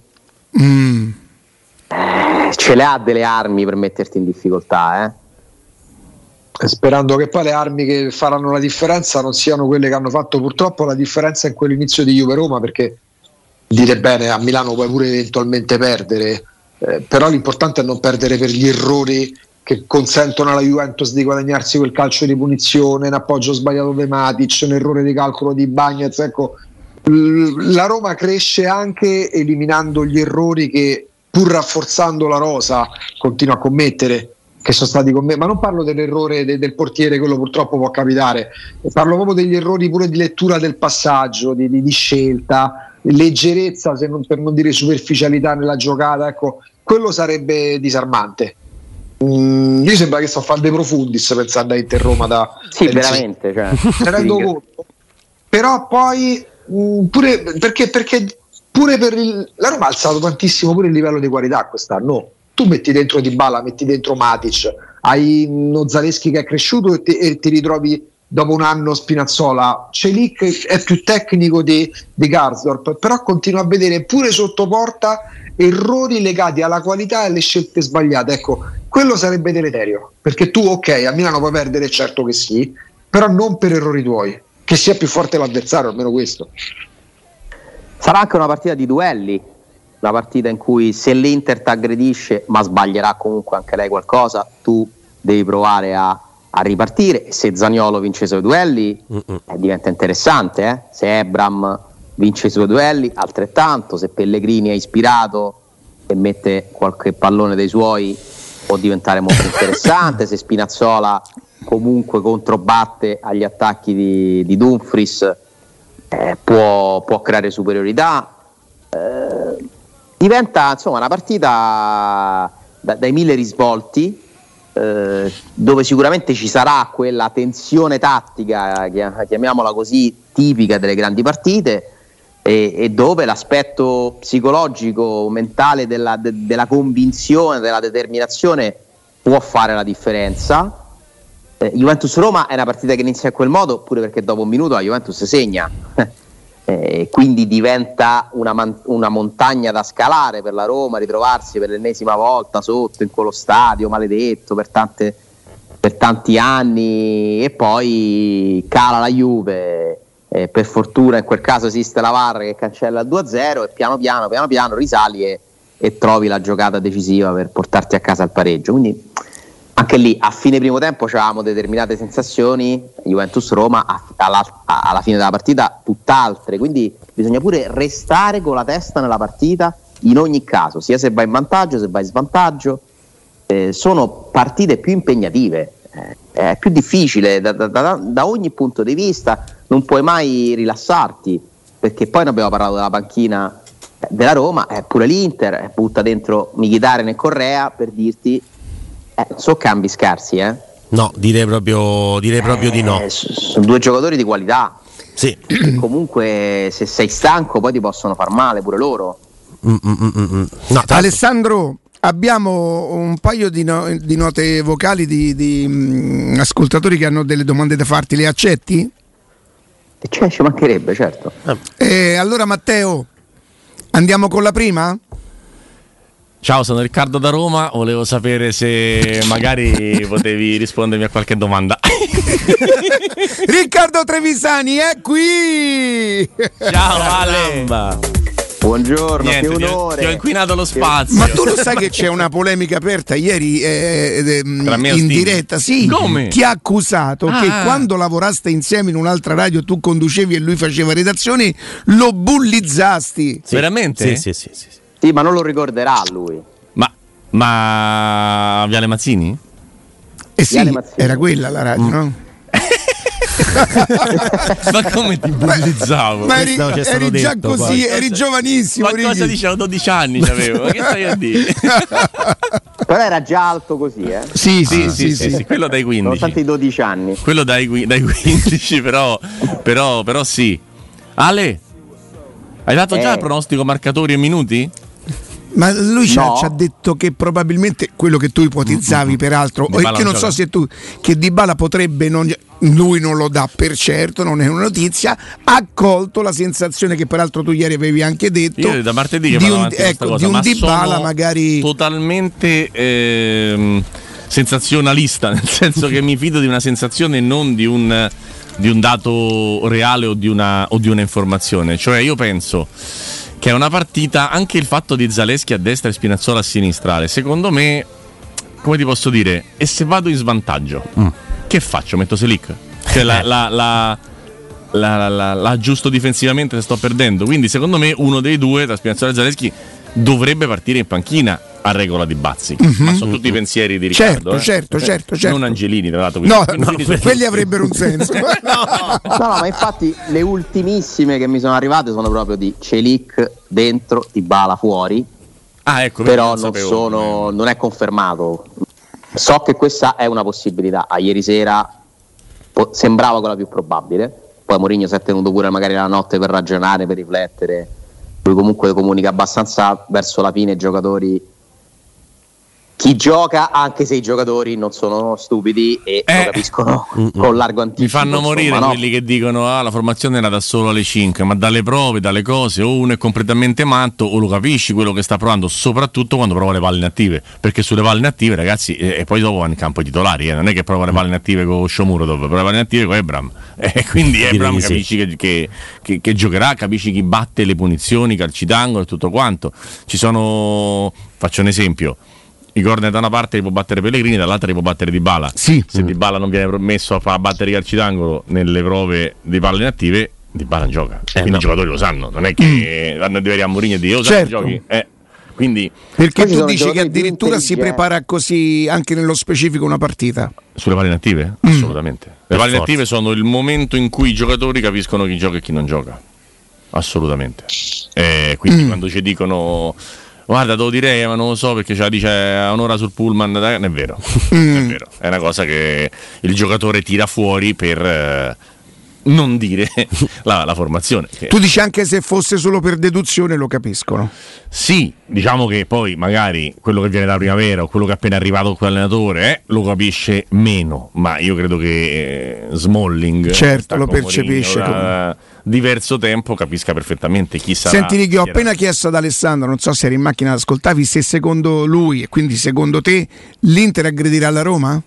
B: ce le ha delle armi per metterti in difficoltà,
D: sperando che poi le armi che faranno la differenza non siano quelle che hanno fatto purtroppo la differenza in quell'inizio di Juve-Roma, perché dite bene, a Milano puoi pure eventualmente perdere, però l'importante è non perdere per gli errori che consentono alla Juventus di guadagnarsi quel calcio di punizione, un appoggio sbagliato di Matic, un errore di calcolo di Bagnez. Ecco, la Roma cresce anche eliminando gli errori che, pur rafforzando la rosa, continua a commettere, che sono stati ma non parlo dell'errore del portiere, quello purtroppo può capitare, parlo proprio degli errori pure di lettura del passaggio, di scelta, leggerezza, per non dire superficialità nella giocata. Ecco, quello sarebbe disarmante. Io sembra che sto a fare dei profundis pensando a Inter Roma
B: sì, veramente, cioè,
D: ne rendo conto. Però poi pure perché pure la Roma ha alzato tantissimo pure il livello di qualità quest'anno. Tu metti dentro Dybala, metti dentro Matic, hai uno Zaleschi che è cresciuto e ti ritrovi dopo un anno Spinazzola. Celic è più tecnico di Karsdorp, però continua a vedere pure sotto porta errori legati alla qualità e alle scelte sbagliate. Ecco, quello sarebbe deleterio, perché tu, ok, a Milano puoi perdere, certo che sì, però non per errori tuoi, che sia più forte l'avversario, almeno questo.
B: Sarà anche una partita di duelli, una partita in cui se l'Inter ti aggredisce, ma sbaglierà comunque anche lei qualcosa, tu devi provare a ripartire, e se Zaniolo vince i suoi duelli diventa interessante, se Ebram vince i suoi duelli altrettanto, se Pellegrini è ispirato e mette qualche pallone dei suoi può diventare molto interessante, se Spinazzola comunque controbatte agli attacchi di Dumfries, può creare superiorità, diventa insomma una partita dai mille risvolti, dove sicuramente ci sarà quella tensione tattica, chiamiamola così, tipica delle grandi partite, e dove l'aspetto psicologico, mentale della convinzione, della determinazione può fare la differenza. Juventus-Roma è una partita che inizia in quel modo pure perché dopo un minuto la Juventus segna, quindi diventa una montagna da scalare per la Roma, ritrovarsi per l'ennesima volta sotto in quello stadio maledetto per tanti anni, e poi cala la Juve. Per fortuna in quel caso esiste la VAR che cancella il 2-0 e piano piano risali e trovi la giocata decisiva per portarti a casa il pareggio. Quindi anche lì a fine primo tempo avevamo determinate sensazioni, Juventus-Roma alla fine della partita tutt'altre, quindi bisogna pure restare con la testa nella partita in ogni caso, sia se vai in vantaggio, se vai in svantaggio, sono partite più impegnative, è più difficile da ogni punto di vista, non puoi mai rilassarti, perché poi ne abbiamo parlato della panchina della Roma, pure l'Inter butta dentro Mkhitaryan e Correa, per dirti, so cambi scarsi,
C: No, direi proprio di no.
B: Sono due giocatori di qualità.
C: Sì.
B: Comunque se sei stanco poi ti possono far male pure loro.
C: No,
A: Alessandro, abbiamo un paio di note vocali di ascoltatori che hanno delle domande da farti, le accetti?
B: Cioè, ci mancherebbe, certo.
A: Allora Matteo, andiamo con la prima?
E: Ciao, sono Riccardo da Roma, volevo sapere se magari potevi rispondermi a qualche domanda.
A: Riccardo Trevisani è qui!
E: Ciao Ale!
B: Buongiorno,
E: Niente,
B: che onore.
E: ti ho inquinato lo spazio.
A: Ma tu lo sai che c'è una polemica aperta ieri in diretta? Sì,
E: come?
A: Ti ha accusato che quando lavoraste insieme in un'altra radio tu conducevi e lui faceva redazione, lo bullizzasti.
E: Sì. Veramente?
C: Sì.
B: Sì, ma non lo ricorderà lui.
E: Ma Viale Mazzini?
A: Sì, era quella la radio, no?
E: Ma come ti bullizzavo?
A: Ma eri già così, eri giovanissimo.
E: Ma cosa dicevo? 12 anni c'avevo, ma che stai a dire?
B: Però era già alto così,
E: Sì, quello dai 15.
B: Nonostante i 12 anni.
E: Quello dai 15, però sì. Ale, hai dato già il pronostico marcatori e minuti?
A: Ma lui ci ha detto che probabilmente quello che tu ipotizzavi, peraltro, e che non so se tu, che Dybala potrebbe lui non lo dà per certo, non è una notizia, ha colto la sensazione che peraltro tu ieri avevi anche detto.
E: Io da martedì
A: di un Dybala magari
E: totalmente sensazionalista, nel senso che mi fido di una sensazione e non di un dato reale o di una informazione. Cioè io penso che è una partita, anche il fatto di Zalewski a destra e Spinazzola a sinistra, secondo me, come ti posso dire, e se vado in svantaggio, che faccio? Metto Selic? Cioè la aggiusto difensivamente se sto perdendo, quindi secondo me uno dei due, tra Spinazzola e Zalewski, dovrebbe partire in panchina a regola di Bazzi, ma sono tutti pensieri di Riccardo.
A: Certo.
E: Non Angelini, tra l'altro.
A: Quelli avrebbero un senso.
B: No, ma infatti le ultimissime che mi sono arrivate sono proprio di Celic dentro, Dybala fuori.
E: Ecco,
B: però non è confermato. So che questa è una possibilità. Ieri sera sembrava quella più probabile. Poi Mourinho si è tenuto pure magari la notte per ragionare, per riflettere. Lui comunque comunica abbastanza verso la fine ai giocatori chi gioca, anche se i giocatori non sono stupidi e lo capiscono con largo anticipo.
E: Mi fanno morire quelli che dicono la formazione era da solo alle 5, ma dalle prove, dalle cose, o uno è completamente matto o lo capisci quello che sta provando, soprattutto quando prova le palle inattive, perché sulle palle inattive ragazzi, e poi dopo vanno in campo i titolari, non è che prova le palle inattive con Shomurodov, prova le palle inattive con Ebram, quindi Ebram capisci che giocherà, capisci chi batte le punizioni, calci d'angolo e tutto quanto. Ci sono, faccio un esempio, i corner da una parte li può battere Pellegrini, dall'altra li può battere Dybala.
A: Sì.
E: Se Dybala non viene messo a far battere i calci d'angolo nelle prove di palle inattive, Dybala non gioca. Quindi i giocatori lo sanno, non è che vanno a dire a Mourinho e dire giochi. Quindi
A: perché tu dici che addirittura si prepara così anche nello specifico una partita?
E: Sulle palle inattive? Assolutamente. Le palle inattive sono il momento in cui i giocatori capiscono chi gioca e chi non gioca. Assolutamente. Quindi quando ci dicono guarda, te lo direi, ma non lo so perché ce la dice a un'ora sul pullman. Non è vero, è vero. È una cosa che il giocatore tira fuori per non dire la formazione.
A: Tu dici anche se fosse solo per deduzione lo capiscono.
E: Sì, diciamo che poi magari quello che viene da primavera o quello che è appena arrivato con l'allenatore lo capisce meno, ma io credo che Smalling
A: lo percepisce
E: da diverso tempo capisca perfettamente chi sarà.
A: Senti Righi, ho appena chiesto ad Alessandro, non so se eri in macchina ad ascoltavi, se secondo lui e quindi secondo te l'Inter aggredirà la Roma?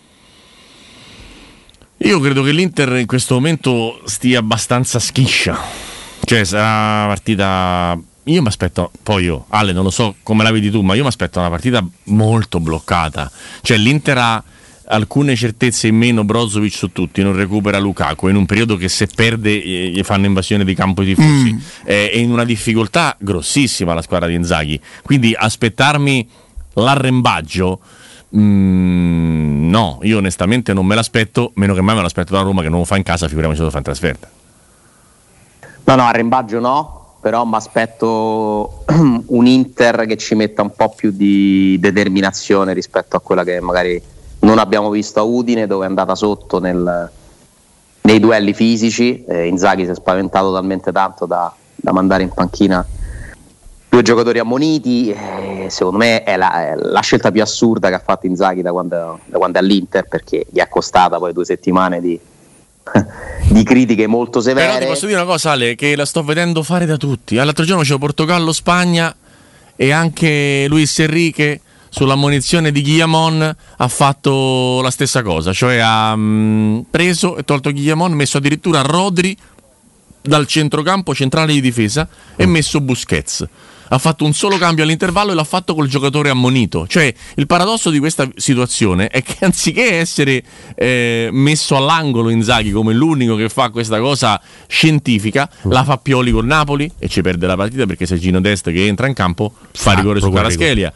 E: Io credo che l'Inter in questo momento stia abbastanza schiscia, cioè sarà una partita, io mi aspetto, poi Ale non lo so come la vedi tu, ma io mi aspetto una partita molto bloccata, cioè l'Inter ha alcune certezze in meno, Brozovic su tutti, non recupera Lukaku in un periodo che se perde gli fanno invasione di campo i tifosi, è in una difficoltà grossissima la squadra di Inzaghi, quindi aspettarmi l'arrembaggio No, io onestamente non me l'aspetto, meno che mai me l'aspetto da Roma, che non lo fa in casa, figuriamoci se lo fa in trasferta.
B: No, a rimbaggio no, però mi aspetto un Inter che ci metta un po' più di determinazione rispetto a quella che magari non abbiamo visto a Udine, dove è andata sotto nei duelli fisici. Inzaghi si è spaventato talmente tanto da mandare in panchina 2 giocatori ammoniti. Secondo me è la scelta più assurda che ha fatto Inzaghi da quando è all'Inter, perché gli è costata poi 2 settimane di critiche molto severe.
E: Però ti posso dire una cosa, Ale, che la sto vedendo fare da tutti. L'altro giorno c'è Portogallo-Spagna e anche Luis Enrique sull'ammonizione di Guillamon ha fatto la stessa cosa, cioè ha preso e tolto Guillamon, messo addirittura Rodri dal centrocampo centrale di difesa e messo Busquets. Ha fatto un solo cambio all'intervallo e l'ha fatto col giocatore ammonito. Cioè, il paradosso di questa situazione è che anziché essere messo all'angolo Inzaghi come l'unico che fa questa cosa scientifica, la fa Pioli col Napoli e ci perde la partita, perché se Gino Dest che entra in campo fa rigore su Kvaratskhelia.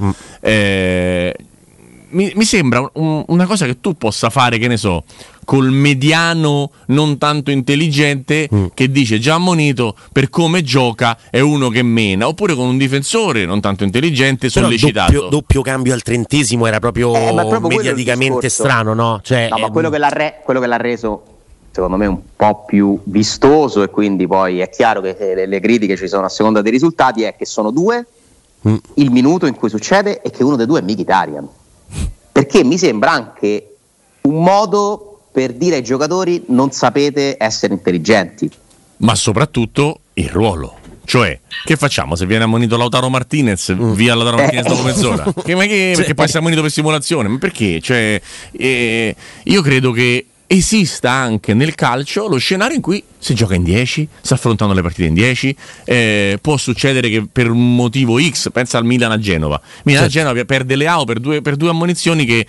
E: Mi sembra una cosa che tu possa fare, che ne so, col mediano non tanto intelligente che dice già ammonito, per come gioca è uno che mena, oppure con un difensore non tanto intelligente sollecitato.
C: Doppio cambio al 30° era proprio mediaticamente strano, no? Cioè,
B: no, ma quello che l'ha reso secondo me un po' più vistoso, e quindi poi è chiaro che le critiche ci sono a seconda dei risultati, è che sono 2 il minuto in cui succede e che uno dei 2 è Mkhitaryan. Perché mi sembra anche un modo per dire ai giocatori: non sapete essere intelligenti.
E: Ma soprattutto il ruolo. Cioè, che facciamo se viene ammonito Lautaro Martinez? Via Lautaro Martinez dopo mezz'ora? Perché poi sei ammonito per simulazione? Ma perché? Cioè, io credo che esista anche nel calcio lo scenario in cui si gioca in 10, si affrontano le partite in 10, può succedere che per un motivo X, pensa al Milan a Genova, a Genova perde Leao per due ammonizioni che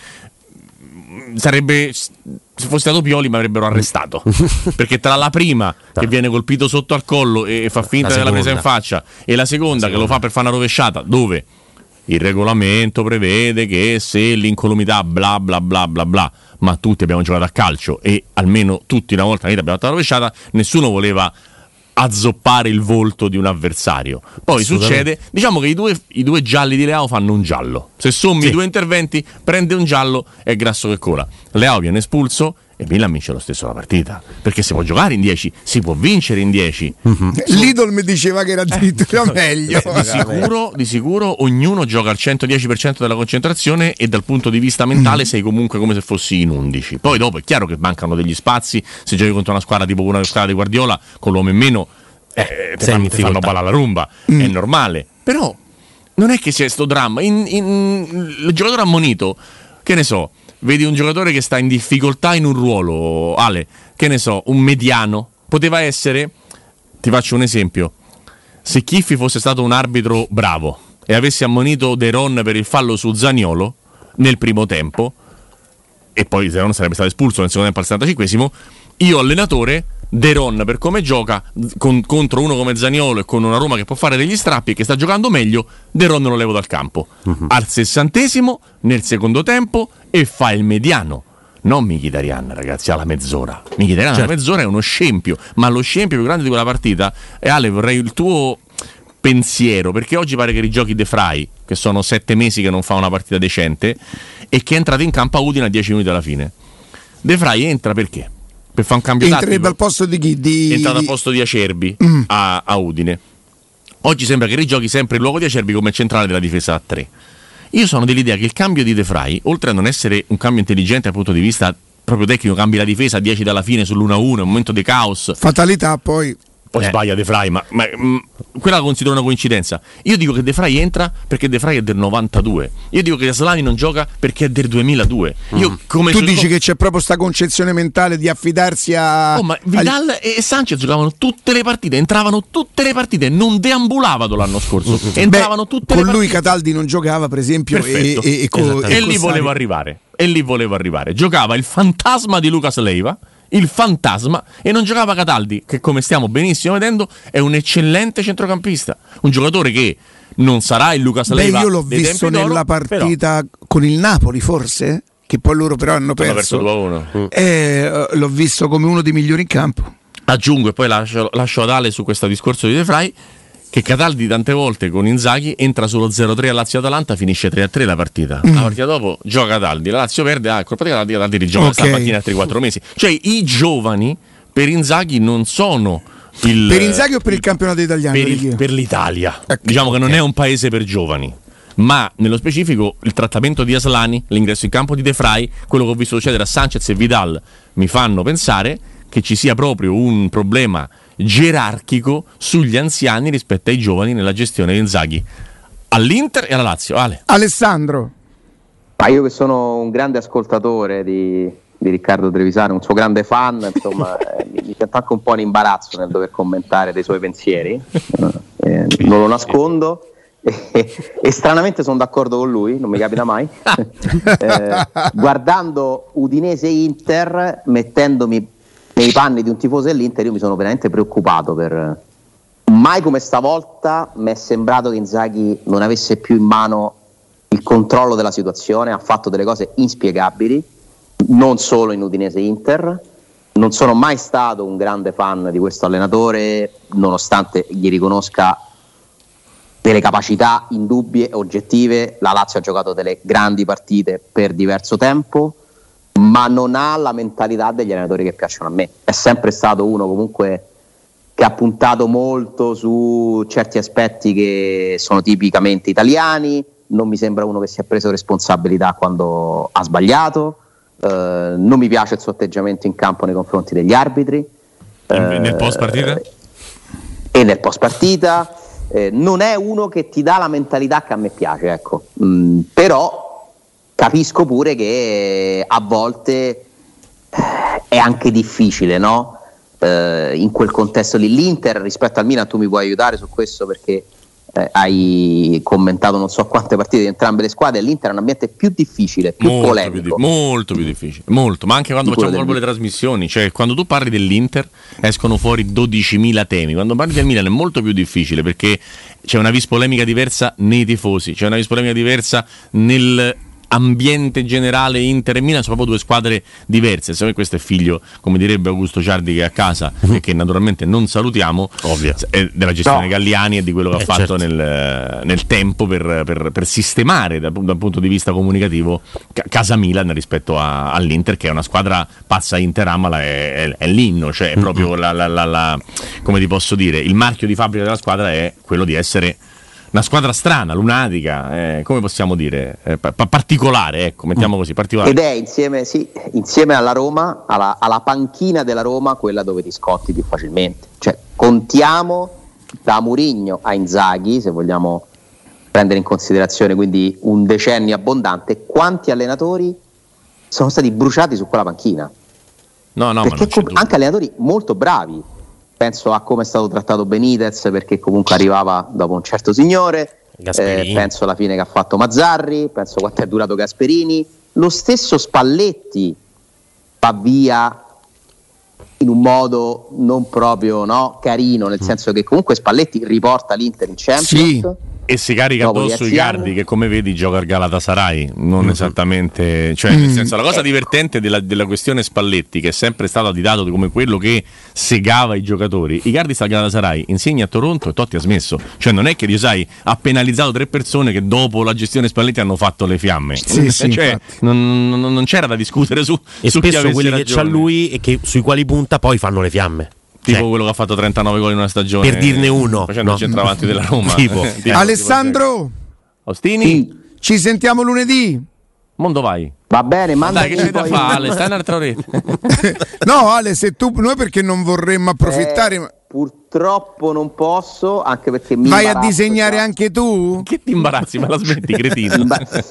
E: sarebbe, se fosse stato Pioli mi avrebbero arrestato, perché tra la prima che viene colpito sotto al collo e fa finta della presa in faccia, e la seconda che lo fa per fare una rovesciata, dove il regolamento prevede che se l'incolumità bla bla bla bla bla, ma tutti abbiamo giocato a calcio e almeno tutti una volta nella vita abbiamo fatto la rovesciata, nessuno voleva azzoppare il volto di un avversario. Poi succede, diciamo che i due gialli di Leao fanno un giallo. Se sommi i 2 interventi, prende un giallo, è grasso che cola. Leao viene espulso e Milan vince lo stesso la partita, perché si può giocare in 10, si può vincere in 10.
A: Lidl mi diceva che era addirittura meglio.
E: Di sicuro ognuno gioca al 110% della concentrazione, e dal punto di vista mentale sei comunque come se fossi in 11. Poi dopo è chiaro che mancano degli spazi, se giochi contro una squadra tipo una squadra di Guardiola con l'uomo in meno ti fanno ballare la rumba, è normale. Però non è che sia sto dramma. Il giocatore ammonito, che ne so, vedi un giocatore che sta in difficoltà in un ruolo, Ale, che ne so, un mediano, poteva essere, ti faccio un esempio, se Chiffi fosse stato un arbitro bravo e avesse ammonito De Ron per il fallo su Zaniolo nel primo tempo, e poi De Ron sarebbe stato espulso nel secondo tempo al 75esimo, io allenatore, De Ron per come gioca contro uno come Zaniolo e con una Roma che può fare degli strappi e che sta giocando meglio, De Ron lo levo dal campo al 60esimo nel secondo tempo e fa il mediano. Non Mkhitaryan, ragazzi, alla mezz'ora. Mkhitaryan alla mezz'ora è uno scempio, ma lo scempio più grande di quella partita. E Ale, vorrei il tuo pensiero, perché oggi pare che rigiochi De Vrij, che sono 7 mesi che non fa una partita decente, e che è entrato in campo a Udine a 10 minuti alla fine. De Vrij entra perché? Per fare un cambio tattico.
A: Al posto di chi?
E: È entrato al posto di Acerbi a Udine. Oggi sembra che rigiochi sempre il luogo di Acerbi come centrale della difesa a 3. Io sono dell'idea che il cambio di De Vrij, oltre a non essere un cambio intelligente dal punto di vista proprio tecnico, cambi la difesa a 10 dalla fine sull'1-1, è un momento di caos.
A: Fatalità poi
E: sbaglia De Vrij, ma quella la considero una coincidenza. Io dico che De Vrij entra perché De Vrij è del 92. Io dico che Aslani non gioca perché è del 2002.
A: Tu dici che c'è proprio sta concezione mentale di affidarsi a...
E: ma Vidal e Sanchez giocavano tutte le partite, entravano tutte le partite, non deambulavano l'anno scorso, entravano tutte le partite.
A: Con lui Cataldi non giocava, per esempio,
E: e lì volevo arrivare. Giocava il fantasma di Lucas Leiva, il fantasma, e non giocava Cataldi, che come stiamo benissimo vedendo è un eccellente centrocampista, un giocatore che non sarà il Lucas Leiva.
A: Io l'ho visto nella partita con il Napoli forse, che poi loro però hanno perso
E: 2-1.
A: L'ho visto come uno dei migliori in campo.
E: Aggiungo e poi lascio ad Ale su questo discorso di De Vrij, che Cataldi tante volte con Inzaghi entra solo 0-3 a Lazio-Atalanta, finisce 3-3 la partita. La partita dopo gioca Cataldi, la Lazio perde, colpa di Cataldi rigioca stamattina altri 4 mesi. Cioè i giovani per Inzaghi non sono
A: per Inzaghi o per il campionato italiano?
E: Per l'Italia. Diciamo che non è un paese per giovani. Ma nello specifico il trattamento di Aslani, l'ingresso in campo di De Vrij, quello che ho visto succedere a Sanchez e Vidal mi fanno pensare che ci sia proprio un problema gerarchico sugli anziani rispetto ai giovani nella gestione di Inzaghi all'Inter e alla Lazio.
A: Alessandro.
B: Ma io che sono un grande ascoltatore di Riccardo Trevisani, un suo grande fan, insomma, mi sento anche un po' in imbarazzo nel dover commentare dei suoi pensieri, non lo nascondo. E stranamente sono d'accordo con lui, non mi capita mai. Guardando Udinese Inter, mettendomi nei panni di un tifoso dell'Inter, io mi sono veramente preoccupato mai come stavolta mi è sembrato che Inzaghi non avesse più in mano il controllo della situazione, ha fatto delle cose inspiegabili, non solo in Udinese Inter. Non sono mai stato un grande fan di questo allenatore, nonostante gli riconosca delle capacità indubbie e oggettive. La Lazio ha giocato delle grandi partite per diverso tempo, ma non ha la mentalità degli allenatori che piacciono a me. È sempre stato uno comunque che ha puntato molto su certi aspetti che sono tipicamente italiani. Non mi sembra uno che si è preso responsabilità quando ha sbagliato. Non mi piace il suo atteggiamento in campo nei confronti degli arbitri.
E: Nel post partita?
B: E nel post partita. Non è uno che ti dà la mentalità che a me piace, ecco. Però capisco pure che a volte è anche difficile, no? In quel contesto lì. L'Inter rispetto al Milan, tu mi puoi aiutare su questo perché hai commentato non so quante partite di entrambe le squadre. L'Inter è un ambiente più difficile, più polemico,
E: molto più difficile, molto. Ma anche quando facciamo proprio le trasmissioni, cioè quando tu parli dell'Inter escono fuori 12.000 temi. Quando parli del Milan è molto più difficile perché c'è una vis polemica diversa nei tifosi, c'è una vis polemica diversa nel ambiente generale. Inter e Milan sono proprio due squadre diverse. Se questo è figlio, come direbbe Augusto Ciardi, che è a casa e che naturalmente non salutiamo, ovvio, della gestione Galliani e di quello che ha fatto nel tempo per sistemare dal punto di vista comunicativo casa Milan rispetto all'Inter, che è una squadra pazza. Inter amala, è l'inno, cioè è proprio come ti posso dire, il marchio di fabbrica della squadra è quello di essere una squadra strana, lunatica, come possiamo dire, particolare, ecco, mettiamo così, particolare.
B: Ed è insieme alla Roma, alla panchina della Roma, quella dove ti scotti più facilmente. Cioè, contiamo da Mourinho a Inzaghi, se vogliamo prendere in considerazione quindi un decennio abbondante, quanti allenatori sono stati bruciati su quella panchina. Perché anche allenatori molto bravi. Penso a come è stato trattato Benitez, perché comunque arrivava dopo un certo signore, penso alla fine che ha fatto Mazzarri, penso quanto è durato Gasperini. Lo stesso Spalletti va via in un modo non proprio carino, nel senso che comunque Spalletti riporta l'Inter in Champions.
E: E si carica addosso Icardi, che come vedi gioca al Galatasaray, non esattamente, cioè nel senso, la cosa divertente della questione Spalletti, che è sempre stato additato come quello che segava i giocatori. Icardi sta al Galatasaray, insegna a Toronto e Totti ha smesso, cioè non è che ha penalizzato 3 persone che dopo la gestione Spalletti hanno fatto le fiamme, cioè non c'era da discutere su
C: spesso quelli che c'ha lui e che sui quali punta poi fanno le fiamme.
E: Tipo quello che ha fatto 39 gol in una stagione,
C: per dirne uno,
E: facendo il centravanti della Roma.
A: Alessandro
E: Ostini,
A: ci sentiamo lunedì.
E: Mondo vai.
B: Va bene, manda.
E: Dai, che c'è da fare, Ale, stai un'altra oretta.
A: No, Ale, se tu, noi perché non vorremmo approfittare.
B: Purtroppo non posso, anche perché mi
A: vai a disegnare anche tu?
E: Che ti imbarazzi, ma la smetti, cretino.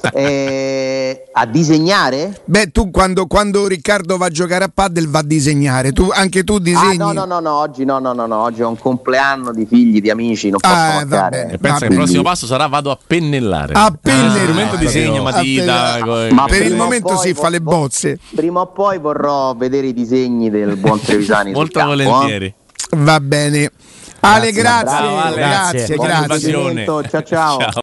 B: A disegnare?
A: Beh, tu quando Riccardo va a giocare a padel va a disegnare. Anche tu disegni?
B: No, oggi no, oggi ho un compleanno di figli, di amici, non posso mancare.
E: E pensa che il prossimo passo sarà vado a pennellare.
A: A pennellare.
E: Strumento disegno, matita.
A: Ma per il momento si fa le bozze.
B: Prima o poi vorrò vedere i disegni del buon Trevisani.
E: Molto volentieri.
A: Va bene. Ale, grazie.
C: Bravo, Ale.
A: Grazie.
B: Ciao.